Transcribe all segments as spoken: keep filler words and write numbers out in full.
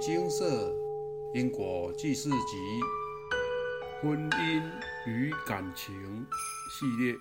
精舍因果记事集婚姻与感情系列。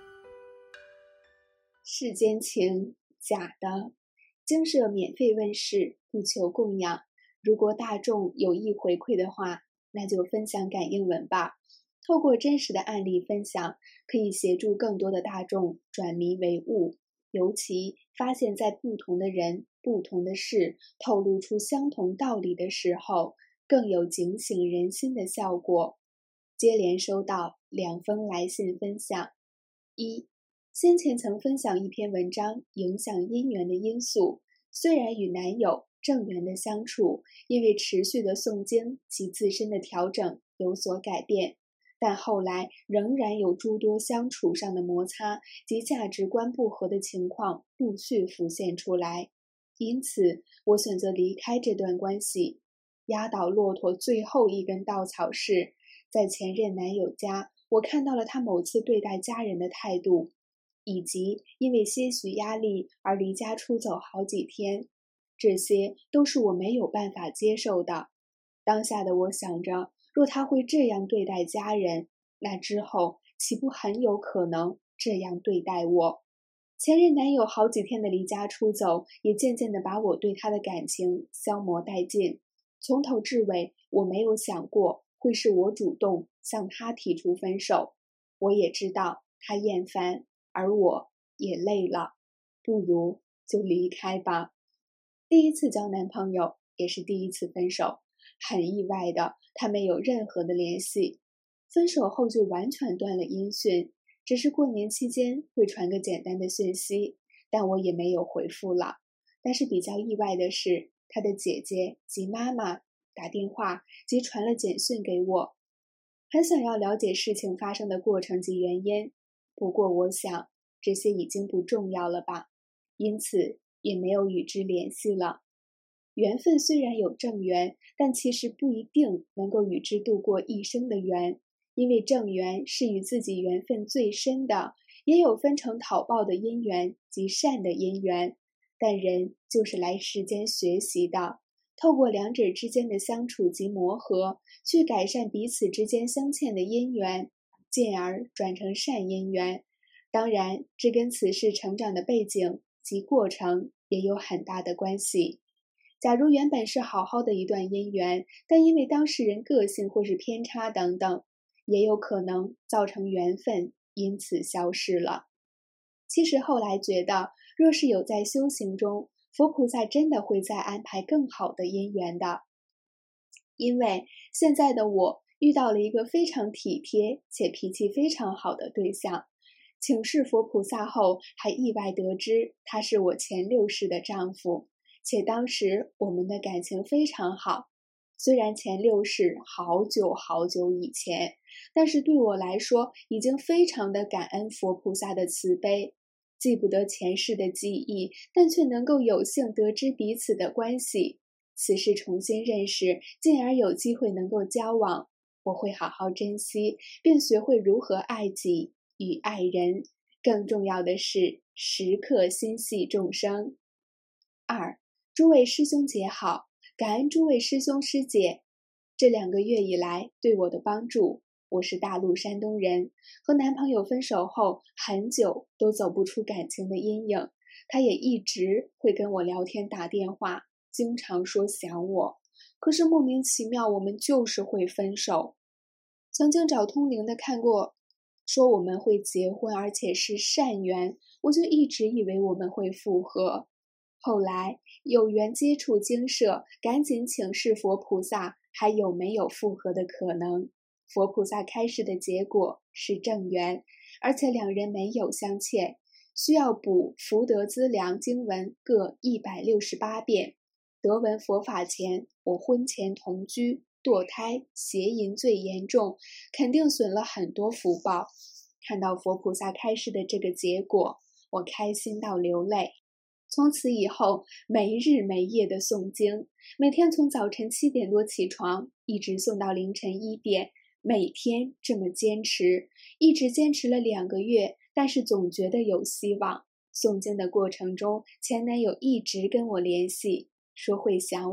世间情，假的。精舍免费问世，不求供养。如果大众有意回馈的话，那就分享感应文吧。透过真实的案例分享，可以协助更多的大众转迷为悟，尤其发现在不同的人、不同的事透露出相同道理的时候，更有警醒人心的效果。接连收到两封来信分享。一，先前曾分享一篇文章，影响姻缘的因素，虽然与男友正缘的相处，因为持续的诵经及自身的调整有所改变，但后来仍然有诸多相处上的摩擦及价值观不合的情况陆续浮现出来，因此我选择离开这段关系。压倒骆驼最后一根稻草是，在前任男友家，我看到了他某次对待家人的态度，以及因为些许压力而离家出走好几天，这些都是我没有办法接受的。当下的我想着，若他会这样对待家人，那之后岂不很有可能这样对待我？前任男友好几天的离家出走，也渐渐地把我对他的感情消磨殆尽。从头至尾，我没有想过会是我主动向他提出分手。我也知道他厌烦，而我也累了，不如就离开吧。第一次交男朋友，也是第一次分手，很意外的，他没有任何的联系。分手后就完全断了音讯，只是过年期间会传个简单的讯息，但我也没有回复了。但是比较意外的是，他的姐姐及妈妈打电话及传了简讯给我，很想要了解事情发生的过程及原因，不过我想这些已经不重要了吧，因此也没有与之联系了。缘分虽然有正缘，但其实不一定能够与之度过一生的缘，因为正缘是与自己缘分最深的，也有分成讨报的因缘及善的因缘，但人就是来世间学习的，透过两者之间的相处及磨合，去改善彼此之间相欠的因缘，进而转成善因缘。当然，这跟此事成长的背景及过程也有很大的关系。假如原本是好好的一段姻缘，但因为当事人个性或是偏差等等，也有可能造成缘分因此消失了。其实后来觉得，若是有在修行中，佛菩萨真的会再安排更好的姻缘的。因为现在的我遇到了一个非常体贴且脾气非常好的对象，请示佛菩萨后，还意外得知他是我前六世的丈夫，且当时我们的感情非常好。虽然前六世好久好久以前，但是对我来说已经非常的感恩佛菩萨的慈悲。记不得前世的记忆，但却能够有幸得知彼此的关系。此事重新认识，进而有机会能够交往，我会好好珍惜，并学会如何爱己与爱人。更重要的是，时刻心系众生。二，诸位师兄姐好，感恩诸位师兄师姐这两个月以来对我的帮助。我是大陆山东人，和男朋友分手后很久都走不出感情的阴影，他也一直会跟我聊天打电话，经常说想我，可是莫名其妙我们就是会分手。曾经找通灵的看过，说我们会结婚，而且是善缘，我就一直以为我们会复合。后来有缘接触精舍，赶紧请示佛菩萨还有没有复合的可能。佛菩萨开示的结果是正缘，而且两人没有相欠，需要补福德资粮经文各一百六十八遍。得闻佛法前，我婚前同居、堕胎、邪淫最严重，肯定损了很多福报。看到佛菩萨开示的这个结果，我开心到流泪。从此以后，没日没夜的诵经，每天从早晨七点多起床，一直诵到凌晨一点，每天这么坚持，一直坚持了两个月，但是总觉得有希望。诵经的过程中，前男友一直跟我联系，说会想我，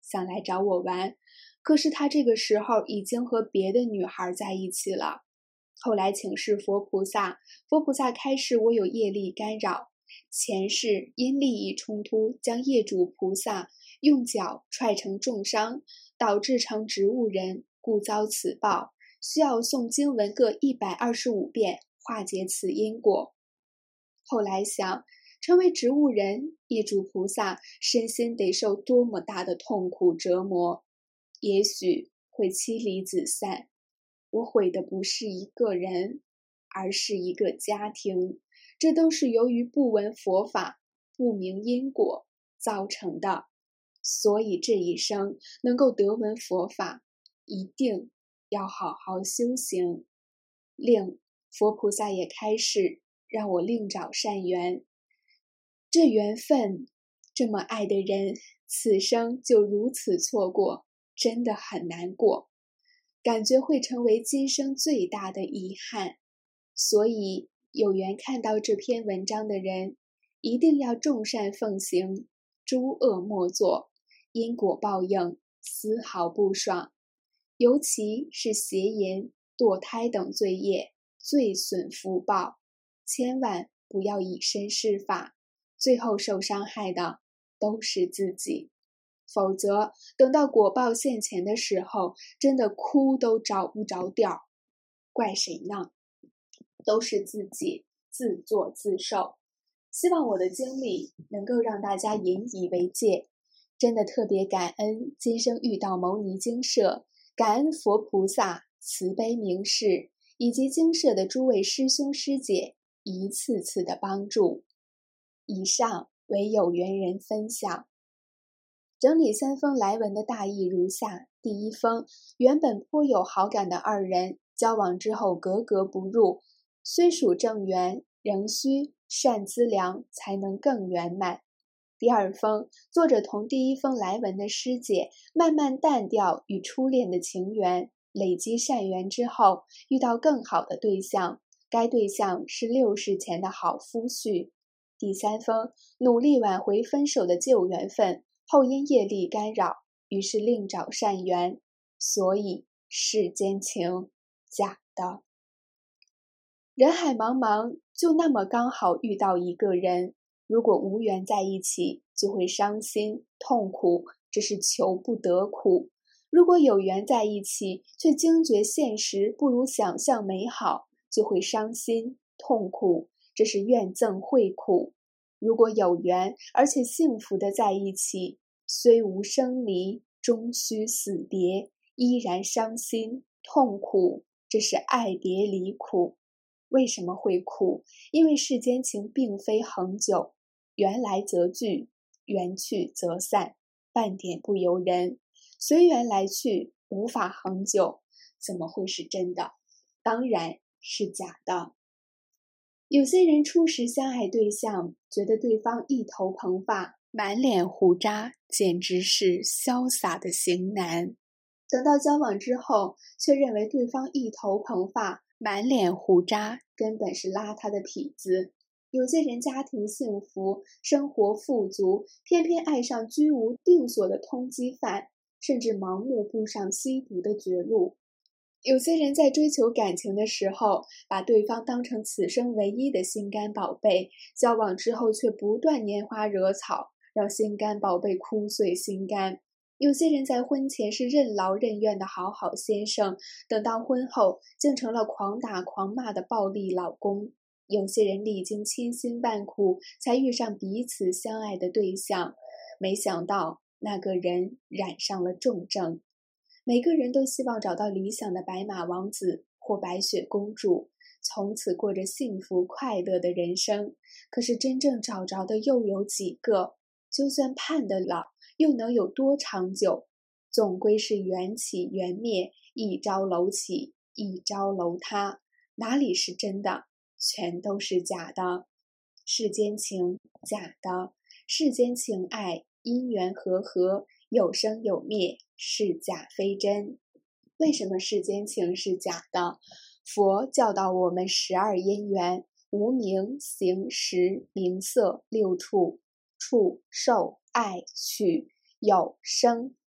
想来找我玩，可是他这个时候已经和别的女孩在一起了。后来请示佛菩萨，佛菩萨开示我有业力干扰，前世因利益冲突，将业主菩萨用脚踹成重伤，导致成植物人，故遭此报，需要诵经文各一百二十五遍，化解此因果。后来想，成为植物人，业主菩萨身心得受多么大的痛苦折磨，也许会妻离子散。我毁的不是一个人，而是一个家庭，这都是由于不闻佛法、不明因果造成的。所以这一生能够得闻佛法，一定要好好修行。另佛菩萨也开示，让我另找善缘。这缘分，这么爱的人，此生就如此错过，真的很难过，感觉会成为今生最大的遗憾。所以有缘看到这篇文章的人，一定要众善奉行，诸恶莫作，因果报应丝毫不爽。尤其是邪淫、堕胎等罪业，最损福报，千万不要以身试法，最后受伤害的都是自己。否则等到果报现前的时候，真的哭都找不着调，怪谁呢？都是自己自作自受。希望我的经历能够让大家引以为戒。真的特别感恩今生遇到牟尼精舍，感恩佛菩萨慈悲明示，以及精舍的诸位师兄师姐一次次的帮助。以上为有缘人分享。整理三封来文的大意如下：第一封，原本颇有好感的二人，交往之后格格不入，虽属正缘，仍需善资粮才能更圆满。第二封，作者同第一封来文的师姐慢慢淡掉与初恋的情缘，累积善缘之后，遇到更好的对象，该对象是六世前的好夫婿。第三封，努力挽回分手的旧缘分，后因业力干扰，于是另找善缘，所以世间情假的。人海茫茫，就那么刚好遇到一个人，如果无缘在一起，就会伤心痛苦，这是求不得苦；如果有缘在一起，却惊觉现实不如想象美好，就会伤心痛苦，这是怨憎会苦。如果有缘而且幸福的在一起，虽无生离，终须死别，依然伤心痛苦，这是爱别离苦。为什么会苦？因为世间情并非恒久，缘来则聚，缘去则散，半点不由人，随缘来去，无法恒久，怎么会是真的？当然是假的。有些人初时相爱对象，觉得对方一头蓬发，满脸胡渣，简直是潇洒的型男。等到交往之后，却认为对方一头蓬发，满脸胡渣，根本是邋遢的痞子。有些人家庭幸福，生活富足，偏偏爱上居无定所的通缉犯，甚至盲目步上吸毒的绝路。有些人在追求感情的时候，把对方当成此生唯一的心肝宝贝，交往之后却不断拈花惹草，让心肝宝贝哭碎心肝。有些人在婚前是任劳任怨的好好先生，等到婚后竟成了狂打狂骂的暴力老公。有些人历经千辛万苦才遇上彼此相爱的对象，没想到那个人染上了重症。每个人都希望找到理想的白马王子或白雪公主，从此过着幸福快乐的人生。可是真正找着的又有几个？就算盼得老，又能有多长久？总归是缘起缘灭，一朝楼起，一朝楼塌，哪里是真的？全都是假的。世间情假的，世间情爱因缘和合，有生有灭，是假非真。为什么世间情是假的？佛教导我们十二因缘，无名行识名色六处，触受爱取有生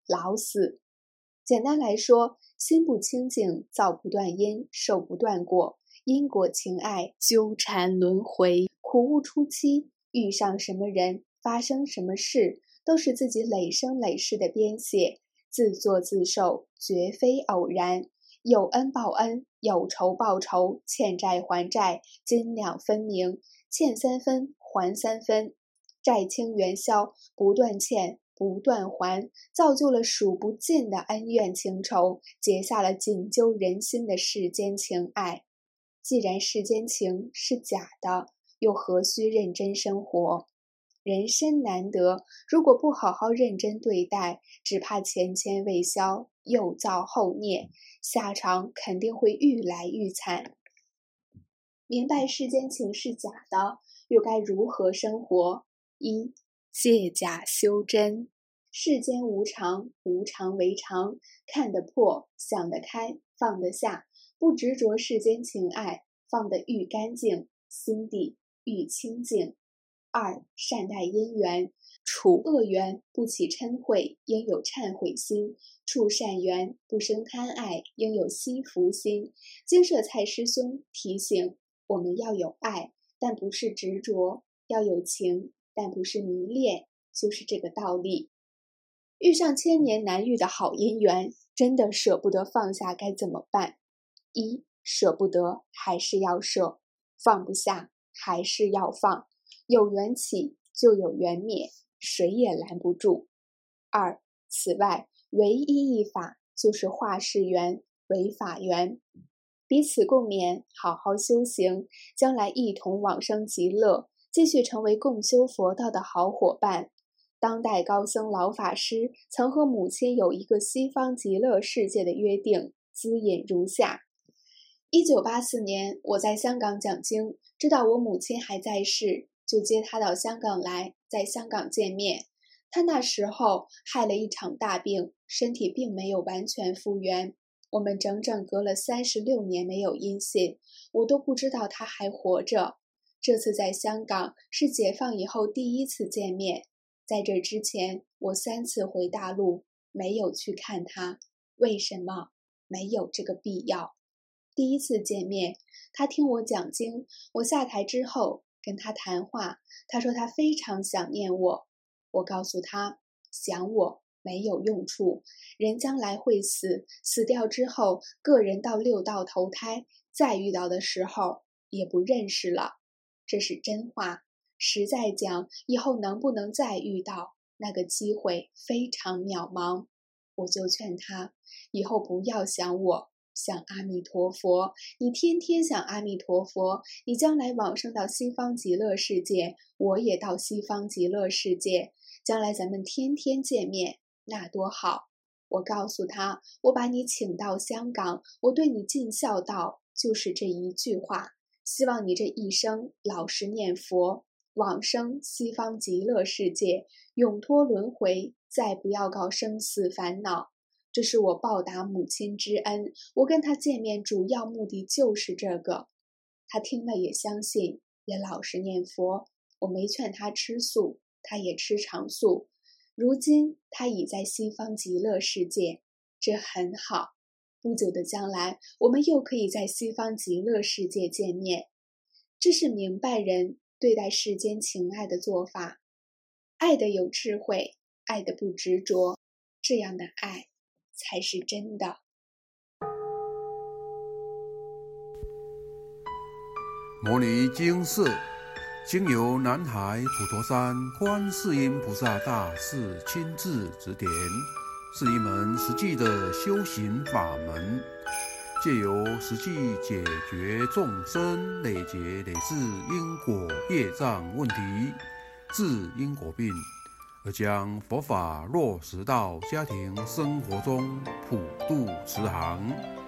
老死。简单来说，心不清净，造不断因，受不断果，因果情爱纠缠轮回，苦无出期。遇上什么人，发生什么事，都是自己累生累世的编写，自作自受，绝非偶然。有恩报恩，有仇报仇，欠债还债，斤两分明，欠三分还三分，债清元宵，不断欠不断还，造就了数不尽的恩怨情仇，结下了紧揪人心的世间情爱。既然世间情是假的，又何须认真生活？人生难得，如果不好好认真对待，只怕前愆未消，又造后孽，下场肯定会愈来愈惨。明白世间情是假的，又该如何生活？一、借假修真。世间无常，无常为常，看得破，想得开，放得下，不执着世间情爱，放得愈干净，心底愈清净。二、善待因缘，处恶缘不起嗔恚，应有忏悔心；处善缘不生贪爱，应有惜福心。精舍蔡师兄提醒我们要有爱，但不是执着；要有情，但不是迷恋，就是这个道理。遇上千年难遇的好姻缘，真的舍不得放下该怎么办？一、舍不得还是要舍，放不下还是要放。有缘起就有缘灭，谁也拦不住。二、此外唯一一法就是化世缘为法缘，彼此共勉，好好修行，将来一同往生极乐，继续成为共修佛道的好伙伴。当代高僧老法师曾和母亲有一个西方极乐世界的约定，资引如下。一九八四年，我在香港讲经，知道我母亲还在世，就接她到香港来，在香港见面。她那时候害了一场大病，身体并没有完全复原。我们整整隔了三十六年没有音信，我都不知道她还活着。这次在香港是解放以后第一次见面，在这之前，我三次回大陆，没有去看她。为什么？没有这个必要。第一次见面，她听我讲经，我下台之后跟她谈话，她说她非常想念我。我告诉她，想我没有用处，人将来会死，死掉之后，个人到六道投胎，再遇到的时候也不认识了。这是真话。实在讲，以后能不能再遇到，那个机会非常渺茫。我就劝他，以后不要想我，想阿弥陀佛。你天天想阿弥陀佛，你将来往生到西方极乐世界，我也到西方极乐世界，将来咱们天天见面，那多好。我告诉他，我把你请到香港，我对你尽孝道，就是这一句话。希望你这一生老实念佛，往生西方极乐世界，永脱轮回，再不要搞生死烦恼。这是我报答母亲之恩，我跟她见面主要目的就是这个。她听了也相信，也老实念佛。我没劝她吃素，她也吃长素。如今她已在西方极乐世界，这很好。不久的将来，我们又可以在西方极乐世界见面。这是明白人对待世间情爱的做法，爱的有智慧，爱的不执着，这样的爱才是真的。 摩尼经释经由南海普陀山观世音菩萨大士亲自指点，是一门实际的修行法门，借由实际解决众生累劫累世因果业障问题，治因果病，而将佛法落实到家庭生活中，普度慈航。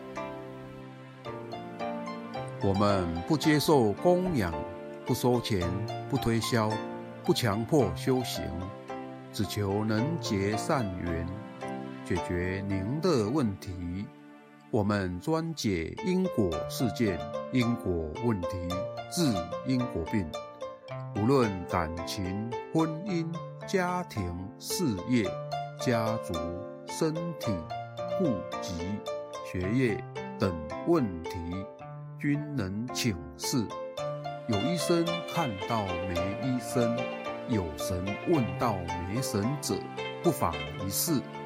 我们不接受供养，不收钱，不推销，不强迫修行，只求能结善缘，解决您的问题。我们专解因果事件、因果问题，治因果病。无论感情、婚姻、家庭、事业、家族、 身体、户籍、学业等问题，均能请示。有医生看到没医生，有神问到没神者，不妨一试。